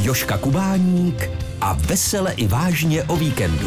Jožka Kubáník a vesele i vážně o víkendu.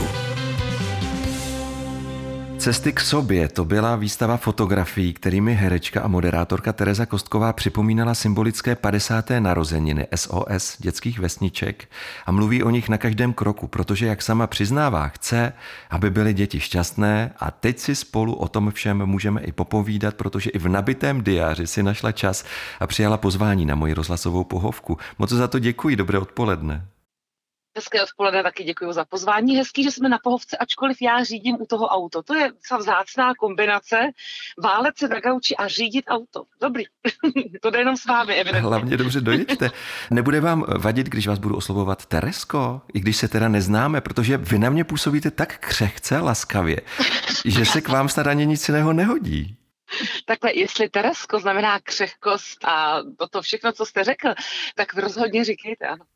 Cesty k sobě, to byla výstava fotografií, kterými herečka a moderátorka Tereza Kostková připomínala symbolické 50. narozeniny SOS dětských vesniček a mluví o nich na každém kroku, protože, jak sama přiznává, chce, aby byly děti šťastné a teď si spolu o tom všem můžeme i popovídat, protože i v nabitém diáři si našla čas a přijala pozvání na moji rozhlasovou pohovku. Moc za to děkuji, dobré odpoledne. Hezké odpoledne, taky děkuji za pozvání. Hezký, že jsme na pohovce, ačkoliv já řídím u toho auto. To je docela vzácná kombinace, válet se na gauči a řídit auto. Dobrý, to jde jenom s vámi, evidentně. Hlavně dobře dojeďte. Nebude vám vadit, když vás budu oslovovat Teresko, i když se teda neznáme, protože vy na mě působíte tak křehce laskavě, že se k vám snad ani nic jiného nehodí. Takhle, jestli Teresko znamená křehkost a to všechno, co jste řekl, tak vy rozhodně říkejte, ano.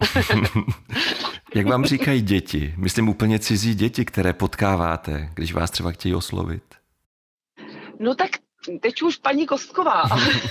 Jak vám říkají děti? Myslím úplně cizí děti, které potkáváte, když vás třeba chtějí oslovit. No tak teď už paní Kostková.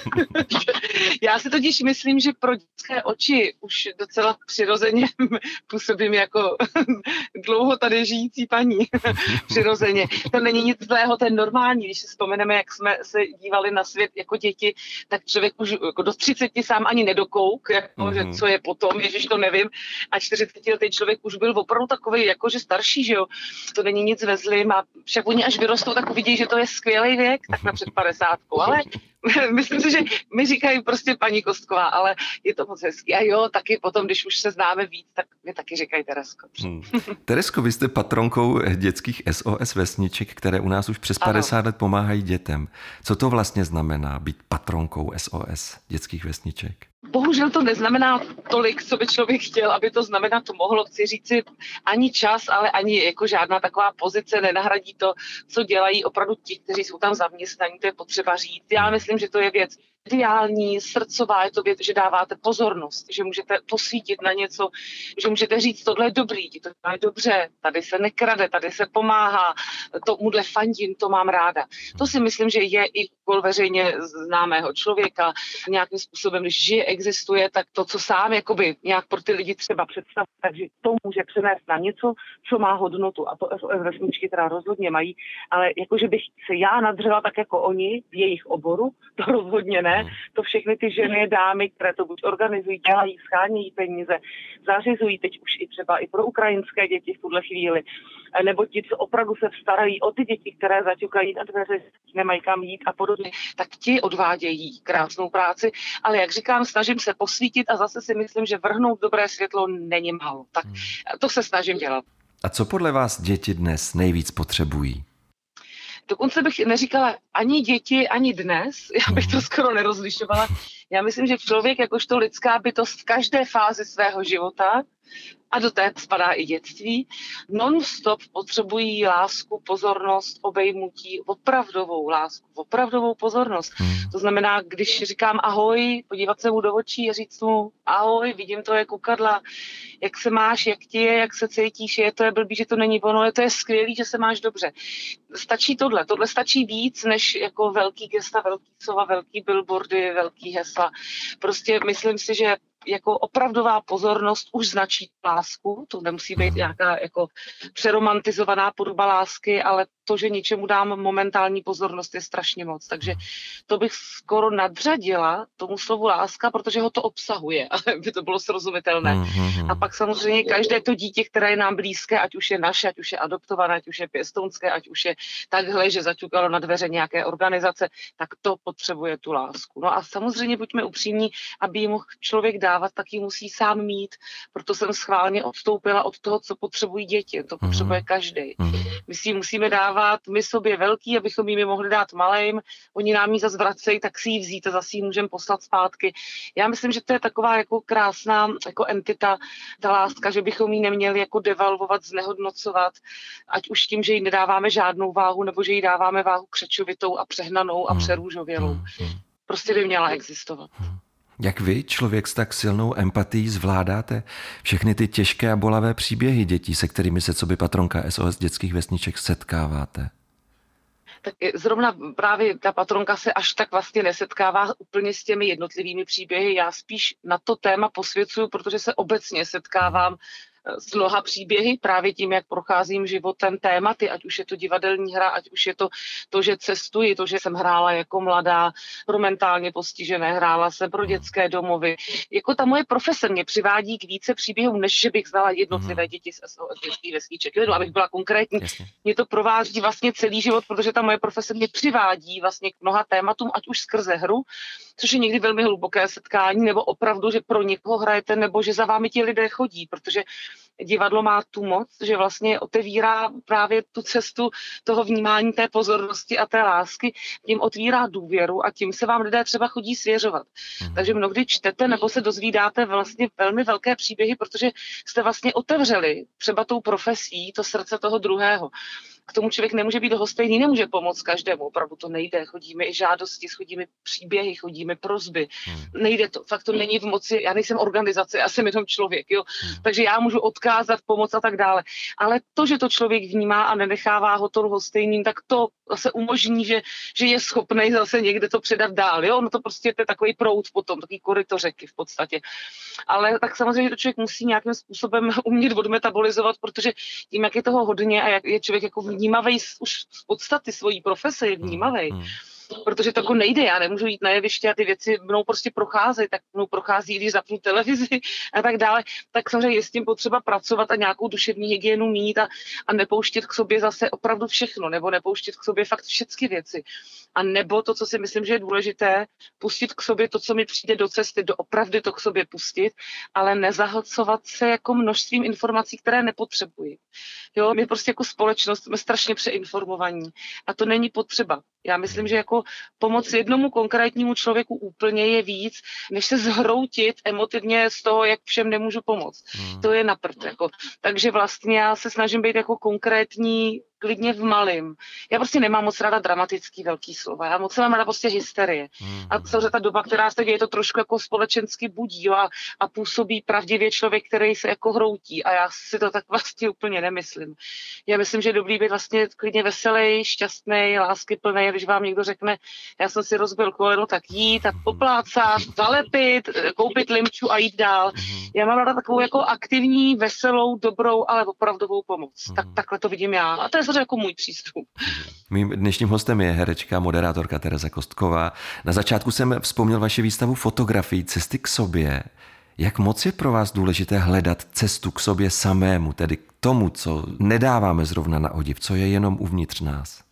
Já si totiž myslím, že pro dětské oči už docela přirozeně působím jako dlouho tady žijící paní. Přirozeně. To není nic zlého, to je normální. Když si vzpomeneme, jak jsme se dívali na svět jako děti, tak člověk už jako do 30 sám ani nedokouk, jako, že co je potom, ježiš, to nevím. A 40letý člověk už byl opravdu takový, jakože starší, že jo. To není nic ve zlým a však oni až vyrostou, tak uvidí, že to je skvělý věk, tak napřed 50, ale myslím si, že mi říkají prostě paní Kostková, ale je to moc hezký. A jo, taky potom, když už se známe víc, tak mi taky říkají Teresko. Teresko, vy jste patronkou dětských SOS vesniček, které u nás už přes 50 let pomáhají dětem. Co to vlastně znamená být patronkou SOS dětských vesniček? Bohužel to neznamená tolik, co by člověk chtěl, aby to znamenat mohlo. Chci říci, ani čas, ale ani jako žádná taková pozice nenahradí to, co dělají opravdu ti, kteří jsou tam zaměstnaní, to je potřeba říct. Já myslím, že to je věc ideální, srdcová, je to věc, že dáváte pozornost, že můžete posvítit na něco, že můžete říct, tohle je dobrý, to je dobře, tady se nekrade, tady se pomáhá, tomuhle fandím, to mám ráda. To si myslím, že je i úkol veřejně známého člověka. Nějakým způsobem, když žije, existuje, tak to, co sám jakoby nějak pro ty lidi třeba představit, takže to může přenést na něco, co má hodnotu. A to SOS vesničky teda rozhodně mají, ale jakože bych se já nadřela tak jako oni v jejich oboru, to rozhodně ne. To všechny ty ženy, dámy, které to buď organizují, dělají, schánějí peníze, zařizují teď už i třeba i pro ukrajinské děti v tuhle chvíli, nebo ti, co opravdu se starají o ty děti, které zaťukají na dveře, nemají kam jít a podobně, tak ti odvádějí krásnou práci, ale jak říkám, snažím se posvítit a zase si myslím, že vrhnout dobré světlo není málo. Tak to se snažím dělat. A co podle vás děti dnes nejvíc potřebují? Dokonce bych neříkala ani děti, ani dnes, já bych to skoro nerozlišovala. Já myslím, že člověk jakožto lidská bytost v každé fázi svého života, a do té spadá i dětství, non-stop potřebují lásku, pozornost, obejmutí, opravdovou lásku, opravdovou pozornost. To znamená, když říkám ahoj, podívat se mu do očí a říct mu ahoj, vidím to je kukadla, jak se máš, jak ti je, jak se cítíš, je to je blbý, že to není ono, to je skvělý, že se máš dobře. Stačí tohle stačí víc, než jako velký gesta, velký slova, velký billboardy, velký hesla. Prostě myslím si, že jako opravdová pozornost už značí lásku, to nemusí být nějaká jako přeromantizovaná podoba lásky, ale to, že něčemu dám momentální pozornost, je strašně moc. Takže to bych skoro nadřadila tomu slovu láska, protože ho to obsahuje, aby to bylo srozumitelné. A pak samozřejmě každé to dítě, které je nám blízké, ať už je naše, ať už je adoptované, ať už je pěstounské, ať už je takhle, že zaťukalo na dveře nějaké organizace, tak to potřebuje tu lásku. No a samozřejmě buďme upřímní, aby ji mohl člověk dávat, tak ji musí sám mít. Proto jsem schválně odstoupila od toho, co potřebují děti. To potřebuje každý. My si ji musíme dávat my sobě velký, abychom jim mohli dát malým. Oni nám ji zase vracejí, tak si ji vzít a zase ji můžeme poslat zpátky. Já myslím, že to je taková jako krásná jako entita, ta láska, že bychom ji neměli jako devalvovat, znehodnocovat, ať už tím, že jí nedáváme žádnou váhu, nebo že jí dáváme váhu křečovitou a přehnanou a přerůžovělou. Prostě by měla existovat. Jak vy, člověk s tak silnou empatií, zvládáte všechny ty těžké a bolavé příběhy dětí, se kterými se coby patronka SOS dětských vesniček setkáváte? Tak zrovna právě ta patronka se až tak vlastně nesetkává úplně s těmi jednotlivými příběhy. Já spíš na to téma posvěcuju, protože se obecně setkávám s mnoha příběhy, právě tím, jak procházím životem tématy, ať už je to divadelní hra, ať už je to, že cestuji, to, že jsem hrála jako mladá pro mentálně postižené, hrála jsem pro dětské domovy. Jako ta moje profese mě přivádí k více příběhům, než že bych znala jednotlivé děti z SOS dětských vesniček. No, abych byla konkrétní, mě to provází vlastně celý život, protože ta moje profese mě přivádí vlastně k mnoha tématům, ať už skrze hru, což je někdy velmi hluboké setkání, nebo opravdu, že pro někoho hrajete, nebo že za vámi ti lidé chodí, protože divadlo má tu moc, že vlastně otevírá právě tu cestu toho vnímání té pozornosti a té lásky, tím otvírá důvěru a tím se vám lidé třeba chodí svěřovat. Takže mnohdy čtete nebo se dozvídáte vlastně velmi velké příběhy, protože jste vlastně otevřeli třeba tou profesí to srdce toho druhého. K tomu člověk nemůže být lhostejný, nemůže pomoct každému, opravdu to nejde. Chodíme i žádosti, chodíme příběhy, chodíme prosby. Nejde to, fakt to není v moci, já nejsem organizace, já jsem jenom člověk, jo. Takže já můžu odkázat, pomoct a tak dále. Ale to, že to člověk vnímá a nenechává ho to lhostejným, tak to zase umožní, že je schopný zase někde to předat dál, jo. No to prostě je takový proud potom, takový koryto řeky v podstatě. Ale tak samozřejmě to člověk musí nějakým způsobem umět odmetabolizovat, protože tím, jak je toho hodně a jak je člověk jako vnímavý už z podstaty svojí profese, je vnímavý. Protože to jako nejde, já nemůžu jít na jeviště a ty věci mnou prostě procházejí, tak mnou prochází, když zapnu televizi a tak dále, tak samozřejmě je s tím potřeba pracovat a nějakou duševní hygienu mít a nepouštět k sobě zase opravdu všechno, nebo nepouštět k sobě fakt všechny věci. A nebo to, co si myslím, že je důležité, pustit k sobě to, co mi přijde do cesty, doopravdy to k sobě pustit, ale nezahlcovat se jako množstvím informací, které nepotřebuji. Jo, my prostě jako společnost jsme strašně přeinformovaní a to není potřeba. Já myslím, že jako pomoc jednomu konkrétnímu člověku úplně je víc, než se zhroutit emotivně z toho, jak všem nemůžu pomoct. To je na prd. Jako. Takže vlastně já se snažím být jako konkrétní, klidně v malým. Já prostě nemám moc ráda dramatický velký slova. Já moc mám ráda prostě hysterie. A samozřejmě ta doba, která se děje, to trošku jako společensky budí, jo, a působí pravdivě člověk, který se jako hroutí. A já si to tak vlastně úplně nemyslím. Já myslím, že je dobrý být vlastně klidně veselý, šťastný, láskyplný. Když vám někdo řekne, já jsem si rozbil koleno, tak jít a poplácat, zalepit, koupit limču a jít dál. Já mám ráda takovou jako aktivní, veselou, dobrou, ale opravdovou pomoc. Takhle to vidím já. A to je jako můj přístup. Mým dnešním hostem je herečka a moderátorka Tereza Kostková. Na začátku jsem vzpomněl vaši výstavu fotografií Cesty k sobě. Jak moc je pro vás důležité hledat cestu k sobě samému, tedy k tomu, co nedáváme zrovna na odiv, co je jenom uvnitř nás?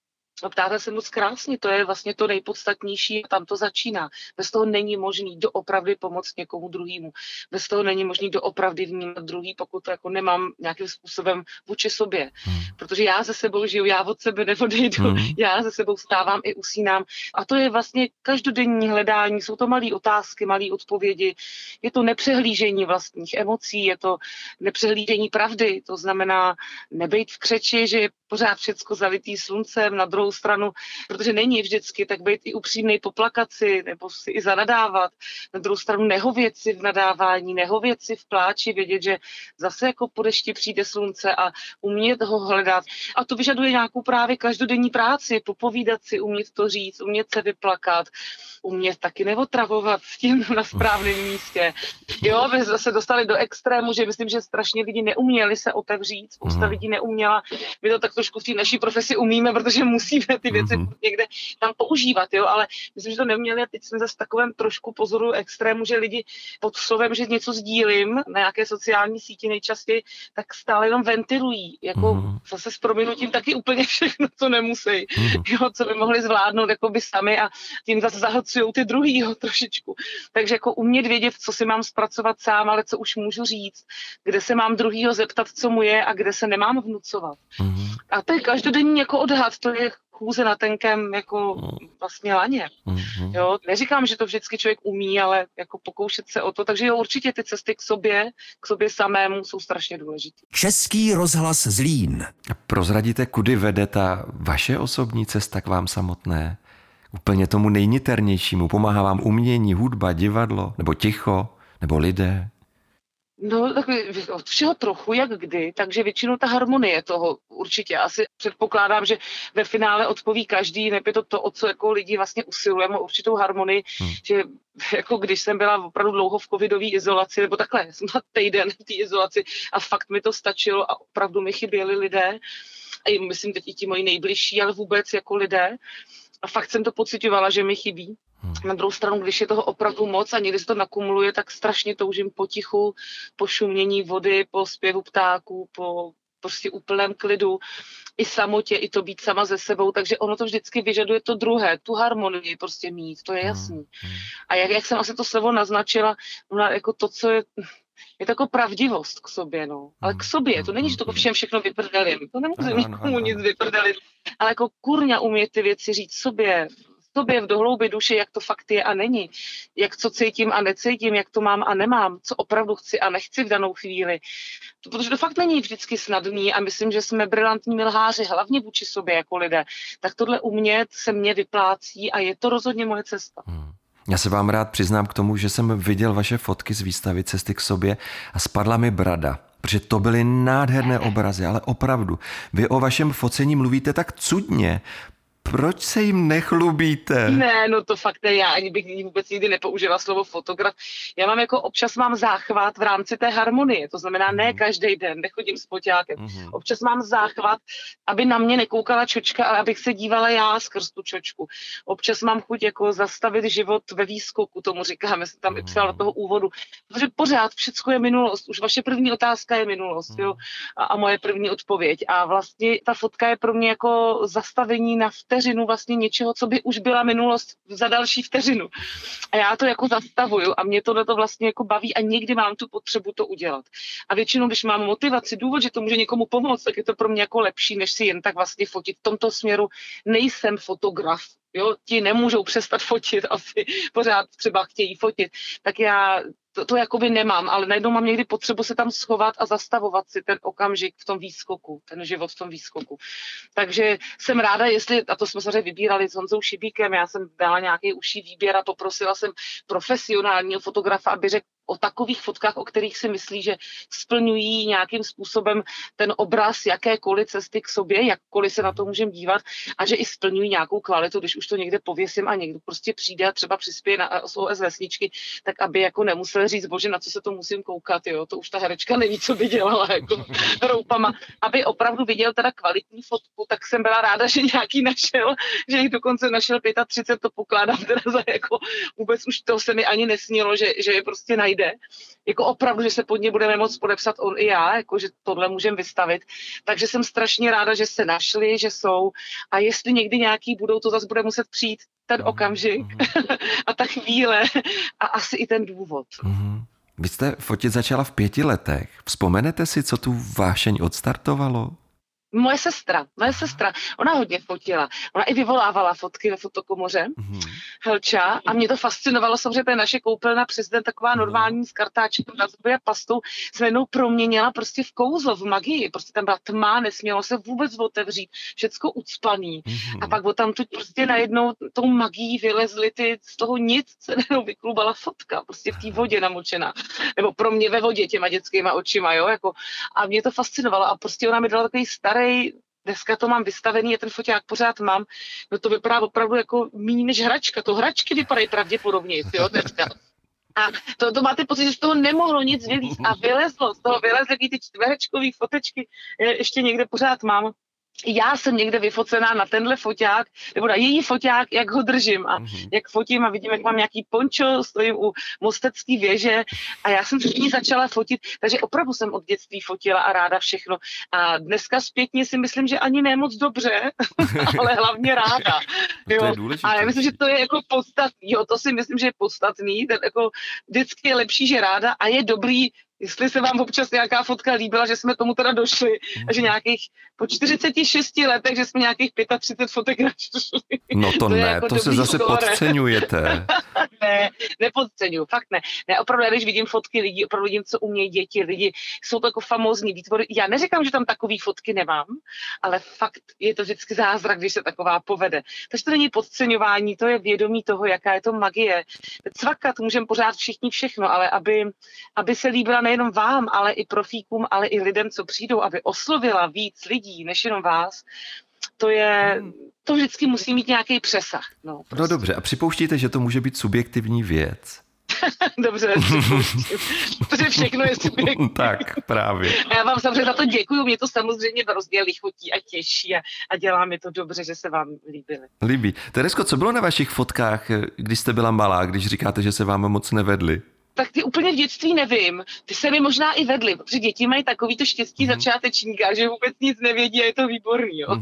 Ptáte se moc krásně, to je vlastně to nejpodstatnější, tam to začíná. Bez toho není možný doopravdy pomoct někomu druhému. Bez toho není možný doopravdy vnímat druhý, pokud to jako nemám nějakým způsobem vůči sobě. Protože já ze sebou žiju, já od sebe neodejdu, já ze sebou stávám i usínám. A to je vlastně každodenní hledání, jsou to malé otázky, malé odpovědi, je to nepřehlížení vlastních emocí, je to nepřehlížení pravdy, to znamená nebejt v křeči, že je pořád všecko zalitý sluncem, na druhou stranu, protože není vždycky, tak být i upřímnej, poplakat si, nebo si i zanadávat. Na druhou stranu nehovět si v nadávání, nehovět si v pláči, vědět, že zase jako po dešti přijde slunce a umět ho hledat. A to vyžaduje nějakou právě každodenní práci, popovídat si, umět to říct, umět se vyplakat, umět taky neotravovat s tím na správném místě. Jo, my se dostali do extrému, že myslím, že strašně lidi neuměli se otevřít, spousta lidí neuměla. My to tak trošku v té naší profesi umíme, protože musíme ty věci někde tam používat, jo, ale myslím, že to neměli a teď jsme zase v takovém trošku pozoru extrému, že lidi pod slovem, že něco sdílím na nějaké sociální síti nejčastěji, tak stále jenom ventilují, jako zase s prominutím taky úplně všechno, co nemusí, jo, co by mohli zvládnout jako by sami a tím zase zahlcujou ty druhýho trošičku. Takže jako umět vědět, co si mám zpracovat sám, ale co už můžu říct, kde se mám druhýho zeptat, co mu je a kde se nemám vnucovat. A to je každodenní jako odhad, to je chůze na tenkém jako vlastně laně. Jo, neříkám, že to vždycky člověk umí, ale jako pokoušet se o to, takže jo, určitě ty cesty k sobě samému jsou strašně důležité. Český rozhlas Zlín. Prozradíte, kudy vede ta vaše osobní cesta k vám samotné? Úplně tomu nejniternějšímu. Pomáhá vám umění, hudba, divadlo, nebo ticho, nebo lidé? No, tak od všeho trochu, jak kdy, takže většinou ta harmonie toho určitě. Asi předpokládám, že ve finále odpoví každý, neby to, o co jako lidi vlastně usilujeme, určitou harmonii, že jako když jsem byla opravdu dlouho v covidové izolaci, nebo takhle, jsem na týden v té izolaci a fakt mi to stačilo a opravdu mi chyběli lidé, a myslím teď i ti moji nejbližší, ale vůbec jako lidé. A fakt jsem to pocitovala, že mi chybí. Na druhou stranu, když je toho opravdu moc a někdy se to nakumuluje, tak strašně toužím po tichu, po šumění vody, po zpěvu ptáků, po prostě úplném klidu, i samotě, i to být sama ze sebou, takže ono to vždycky vyžaduje to druhé, tu harmonii prostě mít, to je jasný. A jak jsem asi to slovo naznačila, jako to, co je to jako pravdivost k sobě, no. Ale k sobě, to není, že to všem všechno vyprdelím. To nemusím nikomu nic vyprdelit. Ale jako kurňa umět ty věci říct sobě v dohloubi duše, jak to fakt je a není. Jak co cítím a necítím, jak to mám a nemám, co opravdu chci a nechci v danou chvíli. Protože to fakt není vždycky snadný a myslím, že jsme brilantní lháři, hlavně vůči sobě jako lidé. Tak tohle umět se mně vyplácí a je to rozhodně moje cesta. Já se vám rád přiznám k tomu, že jsem viděl vaše fotky z výstavy Cesty k sobě a spadla mi brada, protože to byly nádherné obrazy, ale opravdu, vy o vašem focení mluvíte tak cudně. Proč se jim nechlubíte? Ne, no to fakt ne, já ani bych vůbec nikdy nepoužila slovo fotograf. Já mám občas mám záchvat v rámci té harmonie, to znamená ne každý den, nechodím s foťákem. Občas mám záchvat, aby na mě nekoukala čočka, ale abych se dívala já skrz tu čočku. Občas mám chuť zastavit život ve výskoku, tomu říkáme, jsem tam i psala do toho úvodu, protože pořád všecko je minulost, už vaše první otázka je minulost, jo, a moje první odpověď. A vlastně ta fotka je pro mě jako zastavení na vteřinu vlastně něčeho, co by už byla minulost za další vteřinu. A já to zastavuju a mě tohle to vlastně baví a někdy mám tu potřebu to udělat. A většinou, když mám motivaci, důvod, že to může někomu pomoct, tak je to pro mě lepší, než si jen tak vlastně fotit. V tomto směru nejsem fotograf. Jo, ti nemůžou přestat fotit, asi pořád třeba chtějí fotit. Tak já to nemám, ale najednou mám někdy potřebu se tam schovat a zastavovat si ten okamžik v tom výskoku, ten život v tom výskoku. Takže jsem ráda, a to jsme samozřejmě vybírali s Honzou Šibíkem, já jsem dala nějaký užší výběr a poprosila jsem profesionálního fotografa, aby řekl o takových fotkách, o kterých si myslí, že splňují nějakým způsobem ten obraz jakékoliv cesty k sobě, jakkoliv se na to můžeme dívat a že i splňují nějakou kvalitu, když už to někde pověsím a někdo prostě přijde a třeba přispěje na SOS vesničky, tak aby nemusel říct, bože, na co se to musím koukat, jo, to už ta herečka neví, co by dělala roupama. Aby opravdu viděl teda kvalitní fotku, tak jsem byla ráda, že nějaký našel, že jich dokonce našel 35, to pokládám teda za vůbec už to se mi ani nesnilo, že je prostě najde. Opravdu, že se pod ně budeme moct podepsat on i já, že tohle můžeme vystavit. Takže jsem strašně ráda, že se našli, že jsou a jestli někdy nějaký budou, to zase bude muset přijít ten okamžik a ta chvíle a asi i ten důvod. Vy jste fotit začala v 5 letech. Vzpomenete si, co tu vášeň odstartovalo? Moje sestra, ona hodně fotila. Ona i vyvolávala fotky ve fotokomoře, Helča, a mě to fascinovalo, samozřejmě to je naše koupelna Prezident, taková normální s kartáčkem na zuby a pastou, se jednou proměnila prostě v kouzlo, v magii, prostě tam byla tma, nesmělo se vůbec otevřít, všecko ucpaný. A pak tam tu prostě najednou tou magií vylezly z toho nic se najednou vyklubala fotka, prostě v té vodě namočená. Nebo pro mě ve vodě těma dětskýma očima, jo, a mě to fascinovalo a prostě ona mi dala takový starý, dneska to mám vystavený a ten foťák pořád mám, no to vypadá opravdu méně než hračka, to hračky vypadají pravděpodobně, jo, dneska. A to máte pocit, že z toho nemohlo nic vylít a vylezly ty čtverečkový fotečky, ještě někde pořád mám. Já jsem někde vyfocená na tenhle foťák, nebo na její foťák, jak ho držím a jak fotím a vidím, jak mám nějaký pončo, stojím u Mostecké věže a já jsem s ní začala fotit, takže opravdu jsem od dětství fotila a ráda všechno. A dneska zpětně si myslím, že ani ne moc dobře, ale hlavně ráda. Jo. To je důležité. A já myslím, že to je podstatný, jo, to si myslím, že je podstatný, vždycky je lepší, že ráda a je dobrý, jestli se vám občas nějaká fotka líbila, že jsme tomu teda došli a že nějakých po 46 letech, že jsme nějakých 35 fotek našli. No to ne, to se zase podceňujete. Ne, nepodceňuju, fakt ne. Ne, opravdu, když vidím fotky lidí, opravdu vidím, co umějí děti, lidi jsou to famózní výtvory. Já neříkám, že tam takový fotky nemám, ale fakt je to vždycky zázrak, když se taková povede. Takže to není podceňování, to je vědomí toho, jaká je to magie. Cvakat můžeme pořád všichni všechno, ale aby se líbila nejenom vám, ale i profíkům, ale i lidem, co přijdou, aby oslovila víc lidí, než jenom vás, to vždycky musí mít nějaký přesah. No, prostě. No dobře, a připouštíte, že to může být subjektivní věc? Dobře, protože všechno je subjektivní. Tak, právě. A já vám samozřejmě za to děkuju, mě to samozřejmě hrozně lichotí a těší a dělá mi to dobře, že se vám líbily. Líbí. Teresko, co bylo na vašich fotkách, když jste byla malá, když říkáte, že se vám moc nevedly? Tak ty úplně v dětství nevím. Ty se mi možná i vedly, protože děti mají takový to štěstí začátečníka, že vůbec nic nevědí a je to výborný. Jo?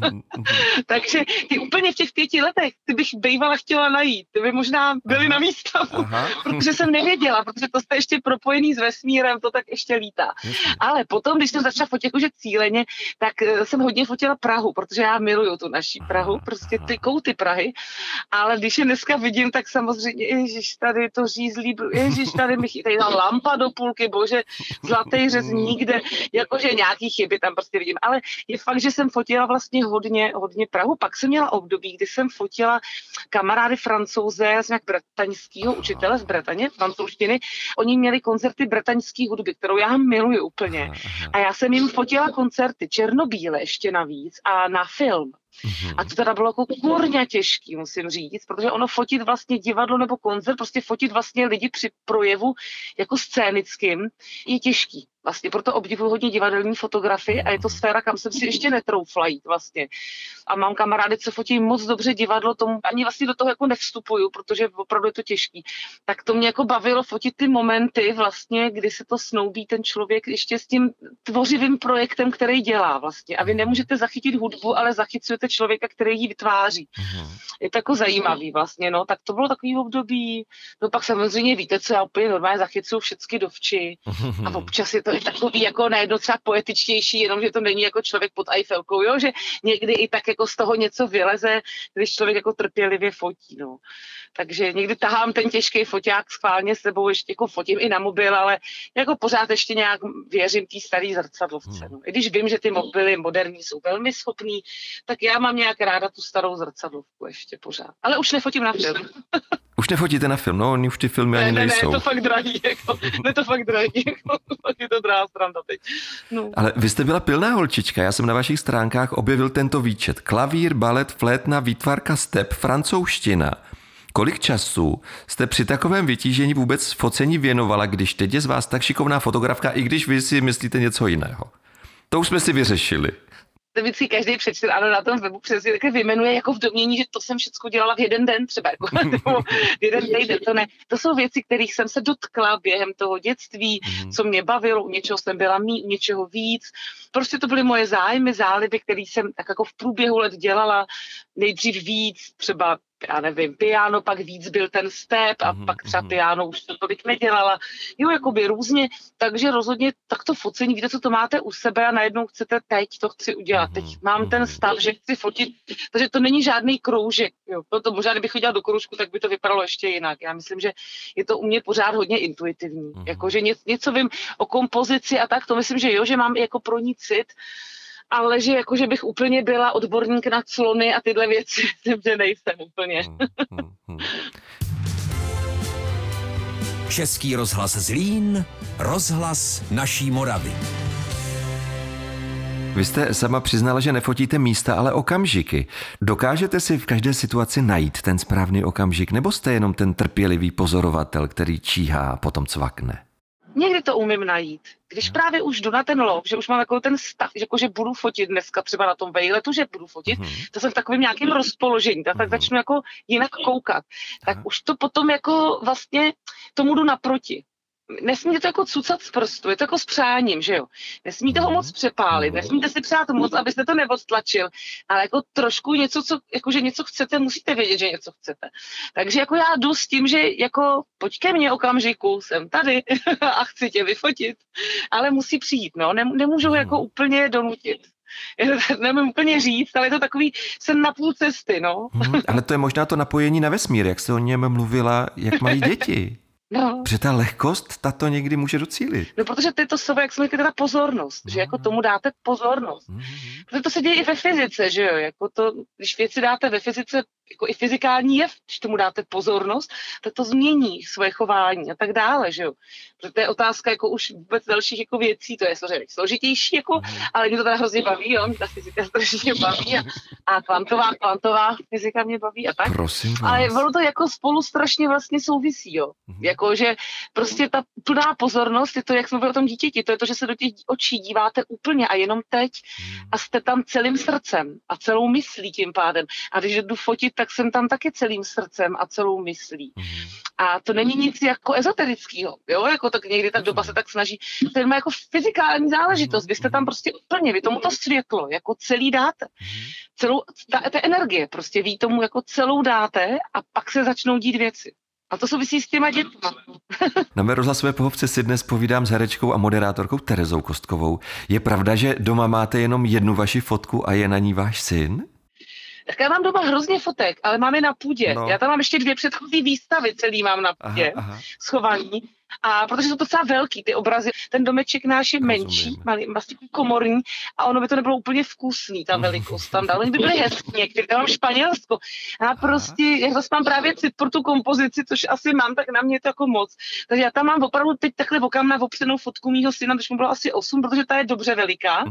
Takže ty úplně v těch 5 letech, ty bych bývala chtěla najít. Ty by možná byly na výstavu, protože jsem nevěděla, protože to jste ještě propojený s vesmírem, to tak ještě lítá. Ale potom, když jsem začala fotit jakože cíleně, tak jsem hodně fotila Prahu, protože já miluju tu naší Prahu, prostě ty kouty Prahy. Ale když je dneska vidím, tak samozřejmě, ježiš, tady to řízlí, ježiš, tady mi chytají lampa do půlky, bože, zlatý řez nikde, jakože nějaký chyby tam prostě vidím. Ale je fakt, že jsem fotila vlastně hodně Prahu. Pak jsem měla období, kdy jsem fotila kamarády Francouze z nějak bretaňského učitele z Bretaně, francouzštiny. Oni měli koncerty bretaňské hudby, kterou já miluji úplně. A já jsem jim fotila koncerty černobíle ještě navíc a na film. A to teda bylo jako kurňa těžký, musím říct, protože ono fotit vlastně divadlo nebo koncert, prostě fotit vlastně lidi při projevu jako scénickým je těžký. Vlastně proto obdivuji hodně divadelní fotografii a je to sféra, kam jsem si ještě netroufla jít vlastně. A mám kamarády, co fotí moc dobře divadlo, tomu ani vlastně do toho jako nevstupuju, protože opravdu je to těžký. Tak to mě jako bavilo fotit ty momenty vlastně, kdy se to snoubí ten člověk ještě s tím tvořivým projektem, který dělá vlastně. A vy nemůžete zachytit hudbu, ale zachycujete člověka, který ji vytváří. Je to jako zajímavý vlastně, no. Tak to bylo takový období. No pak samozřejmě víte, co já úplně normálně zachycuju všechny dovči. A občas je to i takový jako najednou třeba poetičtější, jenomže to není jako člověk pod Eiffelkou, jo, že někdy i tak jako z toho něco vyleze, když člověk jako trpělivě fotí, no. Takže někdy tahám ten těžký foťák schválně s sebou, ještě jako fotím i na mobil, ale jako pořád ještě nějak věřím tý starý zrcadlovce, no. I když vím, že ty mobily moderní jsou velmi schopný, tak já mám nějak ráda tu starou zrcadlovku ještě pořád. Ale už nefotím na film. Už nefotíte na film, no, oni už ty filmy ani nejsou. Ne, to fakt drahý, jako, to fakt drahý, jako, je to drahá strana teď. No. Ale vy jste byla pilná holčička, já jsem na vašich stránkách objevil tento výčet. Klavír, balet, flétna, výtvarka, step, francouzština. Kolik času jste při takovém vytížení vůbec focení věnovala, když teď je z vás tak šikovná fotografka, i když vy si myslíte něco jiného? To už jsme si vyřešili. To vždycky každý přečte, ano, na tom webu přesně také vyjmenuje jako v domění, že to jsem všechno dělala v jeden den třeba, jako, nebo v jeden týden, to ne. To jsou věci, kterých jsem se dotkla během toho dětství, co mě bavilo, u něčeho jsem byla u něčeho víc. Prostě to byly moje zájmy, záliby, které jsem tak jako v průběhu let dělala, nejdřív víc, třeba já nevím, piano, pak víc byl ten step a pak třeba piano už to tolik nedělala. Jo, jakoby různě, takže rozhodně takto focení, víte, co to máte u sebe a najednou chcete teď to chci udělat. Teď mám ten stav, že chci fotit, takže to není žádný kroužek. Jo. To možná, kdybych chodila do kroužku, tak by to vypadalo ještě jinak. Já myslím, že je to u mě pořád hodně intuitivní. Jakože něco vím o kompozici a tak, to myslím, že jo, že mám jako pro ní cit, ale že jakože bych úplně byla odborník na clony a tyhle věci, že nejsem úplně. Český rozhlas Zlín, rozhlas naší Moravy. Vy jste sama přiznala, že nefotíte místa, ale okamžiky. Dokážete si v každé situaci najít ten správný okamžik, nebo jste jenom ten trpělivý pozorovatel, který číhá a potom cvakne? Někdy to umím najít. Když právě už jdu na ten lov, že už mám jako ten stav, že budu fotit dneska třeba na tom vejletu, že budu fotit, to jsem v takovým nějakým rozpoložení, tak začnu jako jinak koukat. Tak už to potom jako vlastně tomu jdu naproti. Nesmíte to jako cucat z prstu, je to jako s přáním, že jo. Nesmíte ho moc přepálit, nesmíte si přát moc, abyste to neodtlačil, ale jako trošku něco, že něco chcete, musíte vědět, že něco chcete. Takže jako já jdu s tím, že jako pojď ke mně okamžiku, jsem tady a chci tě vyfotit, ale musí přijít, no, nemůžu ho jako úplně donutit. Nevím úplně říct, ale je to takový, jsem na půl cesty, no. Ale to je možná to napojení na vesmír, jak jste o něm mluvila, jak mají děti. No. Protože ta lehkost, ta to někdy může docílit. No, protože to je to slovo, jak jsme říkali, ta pozornost, že jako tomu dáte pozornost. Protože to se děje i ve fyzice, že jo, jako to, když věci dáte ve fyzice jako i fyzikální jev, když tomu dáte pozornost, tak to změní svoje chování a tak dále, že jo. Protože to je otázka jako už vůbec dalších jako věcí, to je samozřejmě složitější, jako, ale mě to teda hrozně baví, jo, mě ta fyzika strašně baví a kvantová fyzika mě baví a tak. Prosím vás. Ale ono to jako spolu strašně vlastně souvisí, jo. Jako, že prostě ta plná pozornost je to, jak jsme byli o tom dítěti, to je to, že se do těch očí díváte úplně a jenom teď a jste tam celým srdcem a celou myslí tím pádem. A když jdu fotit, tak jsem tam taky celým srdcem a celou myslí. A to není nic jako ezoterického, jo, jako tak někdy ta doba se tak snaží. To je jako fyzikální záležitost, vy jste tam prostě úplně, vy tomu to světlo jako celý dáte. Celou, ta energie prostě vy tomu jako celou dáte a pak se začnou dít věci. A to souvisí s těma dětma. Na mé rozhlasové pohovce si dnes povídám s herečkou a moderátorkou Terezou Kostkovou. Je pravda, že doma máte jenom jednu vaši fotku a je na ní váš syn? Tak já mám doma hrozně fotek, ale mám je na půdě. No. Já tam mám ještě 2 předchozí výstavy, celý mám na půdě, schovaný. A protože jsou to docela velký ty obrazy, ten domeček náš je menší, malý, vlastně komorní a ono by to nebylo úplně vkusný, ta velikost tam dál. Oni by byly hezký, někdy tam mám Španělsko. A prostě, jak zase mám právě cit pro tu kompozici, což asi mám, tak na mě je to jako moc. Takže já tam mám opravdu teď takhle okam na opřenou fotku mýho syna, když mu bylo asi 8, protože ta je dobře veliká.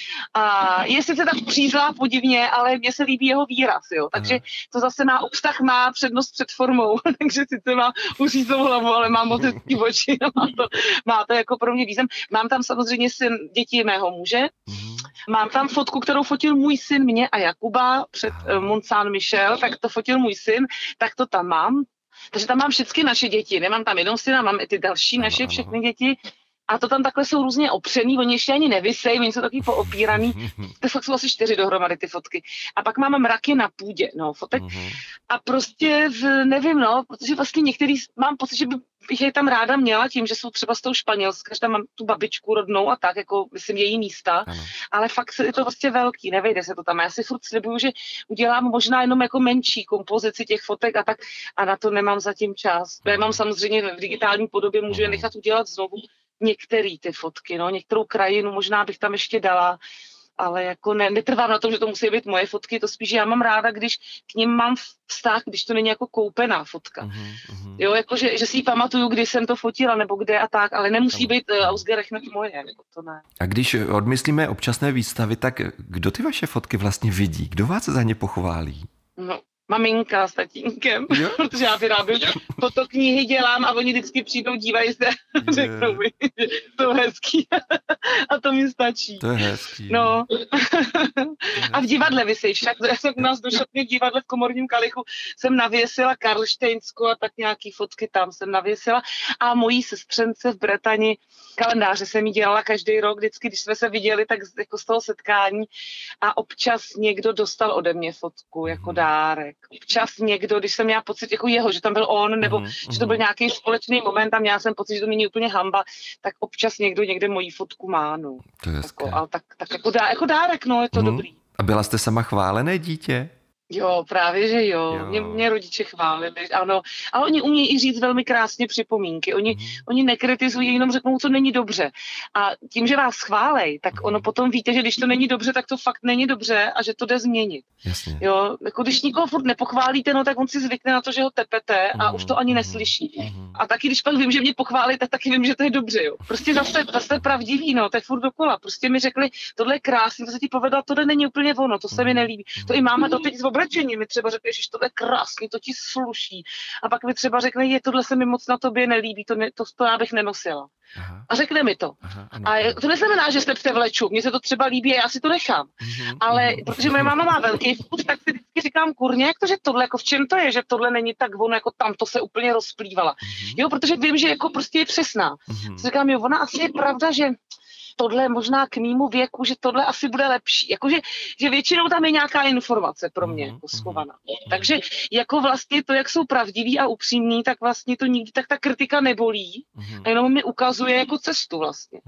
A je sice tak přízlá podivně, ale mně se líbí jeho výraz, jo. Takže to zase obsah má přednost před formou, takže sice má uřízlou hlavu, ale má moc hezký oči, má to jako pro mě význam. Mám tam samozřejmě děti mého muže, mám tam fotku, kterou fotil můj syn mě a Jakuba před Mont Saint-Michel, tak to fotil můj syn, tak to tam mám. Takže tam mám všechny naše děti, nemám tam jenom syna, mám i ty další naše všechny děti. A to tam takhle jsou různě opřený, oni ještě ani nevysej, oni jsou taky poopíraný. To fakt jsou asi 4 dohromady ty fotky. A pak mám mraky na půdě, no, fotek. A prostě nevím, no, protože vlastně některý, mám pocit, že bych je tam ráda měla tím, že jsou třeba z toho Španělska, že tam mám tu babičku rodnou a tak, jako myslím její místa, ale fakt je to vlastně velký, nevejde se to tam. Já si furt slibuju, že udělám možná jenom jako menší kompozici těch fotek a tak a na to nemám zatím čas. Já mám samozřejmě v digitální podobě, můžu je nechat udělat znovu některé ty fotky, no, některou krajinu možná bych tam ještě dala, ale jako netrvám na tom, že to musí být moje fotky, to spíš já mám ráda, když k nim mám vztah, když to není jako koupená fotka. Jo, jako že si ji pamatuju, kdy jsem to fotila, nebo kde a tak, ale nemusí být ausgerechnet moje, jako to ne. A když odmyslíme občasné výstavy, tak kdo ty vaše fotky vlastně vidí? Kdo vás za ně pochválí? No, maminka s tatínkem, protože já vyrábím fotoknihy, dělám a oni vždycky přijdou, dívají se a řeknou mi, že to je hezký a to mi stačí. To je hezký. No. A v divadle vysej však, já jsem u nás do šatny v divadle v Komorním Kalichu jsem navěsila Karlštejnsku a tak nějaký fotky tam jsem navěsila a mojí sestřence v Bretani kalendáře jsem jí dělala každý rok, vždycky, když jsme se viděli, tak jako z toho setkání a občas někdo dostal ode mě fotku jako dárek. Občas někdo, když jsem měla pocit jako jeho, že tam byl on, nebo že to byl nějaký společný moment a měla jsem pocit, že to není úplně hamba, tak občas někdo někde moji fotku má, no. To je hezké. Ale tak jako dárek, no, je to dobrý. A byla jste sama chválené dítě? Jo, právě, že jo. Mě rodiče chválili, ano. A oni umějí i říct velmi krásně připomínky. Oni nekritizují, jenom řeknou, co není dobře. A tím, že vás chválej, tak ono potom víte, že když to není dobře, tak to fakt není dobře a že to jde změnit. Jasně. Jo, jako když nikoho furt nepochválíte, no tak on si zvykne na to, že ho tepete a už to ani neslyší. A taky, když pak vím, že mě pochválí, tak taky vím, že to je dobře, jo. Prostě zase pravdivý, no, to je furt dokola. Prostě mi řekli, tohle je krásný, to se ti povedlo, tohle není úplně ono, to se mi nelíbí. To i máma doteď oblečení mi třeba řekne, že to je krásný, to ti sluší. A pak mi třeba řekne, tohle se mi moc na tobě nelíbí, to já bych nenosila. A řekne mi to. A to neznamená, že se převleču, mně se to třeba líbí a já si to nechám. Ale protože moje máma má velký vkus, tak si vždycky říkám, kurně, jak to, že tohle, jako v čem to je, že tohle není tak ono, jako tam to se úplně rozplývala. Jo, protože vím, že jako prostě je přesná. Říkám, jo, ona asi je pravda, že tohle možná k mýmu věku, že tohle asi bude lepší. Jakože že většinou tam je nějaká informace pro mě jako schovaná. Takže jako vlastně to, jak jsou pravdiví a upřímní, tak vlastně to nikdy tak ta kritika nebolí. A jenom mi ukazuje jako cestu vlastně.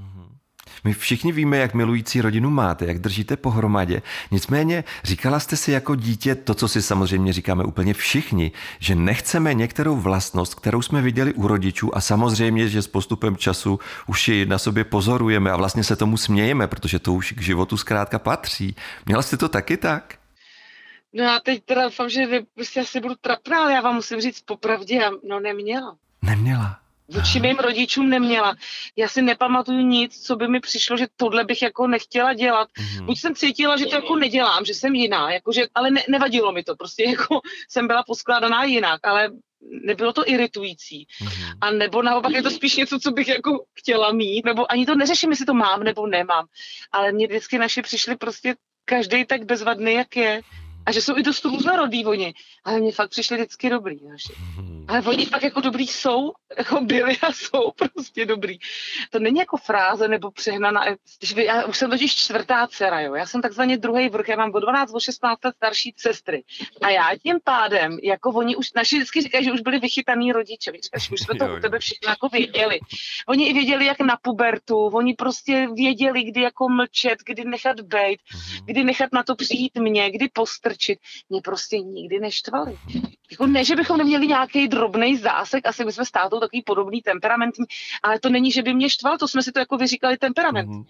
My všichni víme, jak milující rodinu máte, jak držíte pohromadě. Nicméně říkala jste si jako dítě to, co si samozřejmě říkáme úplně všichni, že nechceme některou vlastnost, kterou jsme viděli u rodičů a samozřejmě, že s postupem času už ji na sobě pozorujeme a vlastně se tomu smějeme, protože to už k životu zkrátka patří. Měla jste to taky tak? No a teď teda doufám, že vy prostě asi budu trapná, ale já vám musím říct popravdě, neměla. Neměla. Vůči mým rodičům neměla. Já si nepamatuju nic, co by mi přišlo, že tohle bych jako nechtěla dělat. Buď jsem cítila, že to jako nedělám, že jsem jiná, jakože, ale nevadilo mi to, prostě jako jsem byla poskládaná jinak, ale nebylo to iritující. A nebo naopak je to spíš něco, co bych jako chtěla mít, nebo ani to neřeším, jestli to mám nebo nemám. Ale mě vždycky naši přišli prostě každý tak bezvadný, jak je. A že jsou i dost různorodý oni. Ale mě fakt přišli vždycky dobrý. Naši. Ale oni fakt jako dobrý jsou, jako byli a jsou prostě dobrý. To není jako fráze nebo přehnaná. Já už jsem totiž 4. dcera, jo. Já jsem takzvaně druhý vrch, já mám o 12, o 16 let starší sestry. A já tím pádem, jako oni už, naši vždycky říkají, že už byli vychytaný rodiče. Říkají, už jsme to u tebe všichni jako věděli. Oni i věděli, jak na pubertu, oni prostě věděli, kdy jako mlčet, kdy nechat bejt, kdy nechat na to přijít mě, kdy postrčit. Mě prostě nikdy neštvali. Jako ne, že bychom neměli nějaký drobnej zásek, asi my jsme s tátou takový podobný temperamentní, ale to není, že by mě štval, to jsme si to jako vyříkali temperament.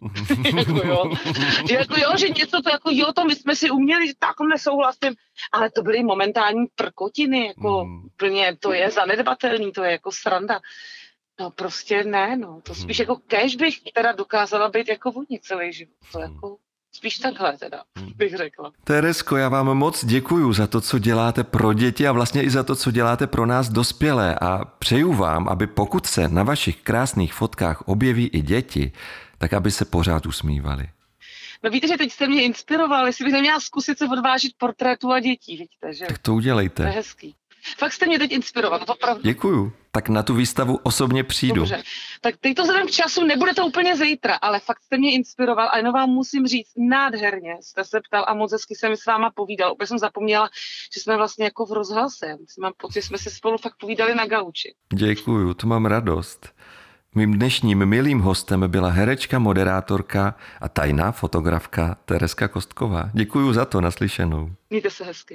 jako jo, že něco to jako jo, to my jsme si uměli, že tak nesouhlasím, ale to byly momentální prkotiny, jako plně, to je zanedbatelný, to je jako sranda. No prostě ne, no, to spíš jako kéž bych teda dokázala být jako oni celý život, to jako... Spíš takhle teda, bych řekla. Teresko, já vám moc děkuju za to, co děláte pro děti a vlastně i za to, co děláte pro nás dospělé a přeju vám, aby pokud se na vašich krásných fotkách objeví i děti, tak aby se pořád usmívali. No víte, že teď jste mě inspiroval, jestli bych neměla zkusit se odvážit portrétů a dětí, vidíte, že? Tak to udělejte. To je hezký. Fakt jste mě teď inspiroval, opravdu. Děkuju. Tak na tu výstavu osobně přijdu. Dobře. Tak teď to vzhledem k času, nebude to úplně zítra, ale fakt jste mě inspiroval a jenom vám musím říct, nádherně jste se ptal a moc hezky jsem s váma povídal. Úplně jsem zapomněla, že jsme vlastně jako v rozhlase. Mám pocit, že jsme se spolu fakt povídali na gauči. Děkuju, to mám radost. Mým dnešním milým hostem byla herečka, moderátorka a tajná fotografka Tereska Kostková. Děkuju za to, naslyšenou. Mějte se hezky.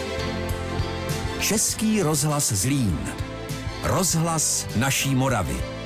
Český rozhlas Zlín. Rozhlas naší Moravy.